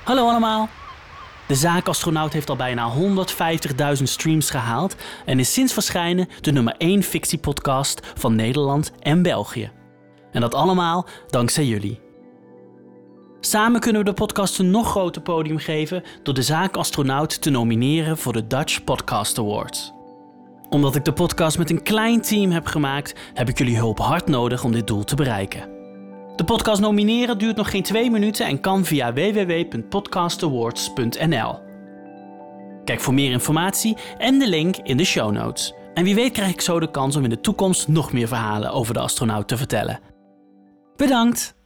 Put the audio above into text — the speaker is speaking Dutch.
Hallo allemaal! De Zaak Astronaut heeft al bijna 150.000 streams gehaald en is sinds verschijnen de nummer 1 fictiepodcast van Nederland en België. En dat allemaal dankzij jullie. Samen kunnen we de podcast een nog groter podium geven door de Zaak Astronaut te nomineren voor de Dutch Podcast Awards. Omdat ik de podcast met een klein team heb gemaakt, heb ik jullie hulp hard nodig om dit doel te bereiken. De podcast nomineren duurt nog geen 2 minuten en kan via www.podcastawards.nl. Kijk voor meer informatie en de link in de show notes. En wie weet krijg ik zo de kans om in de toekomst nog meer verhalen over de astronaut te vertellen. Bedankt!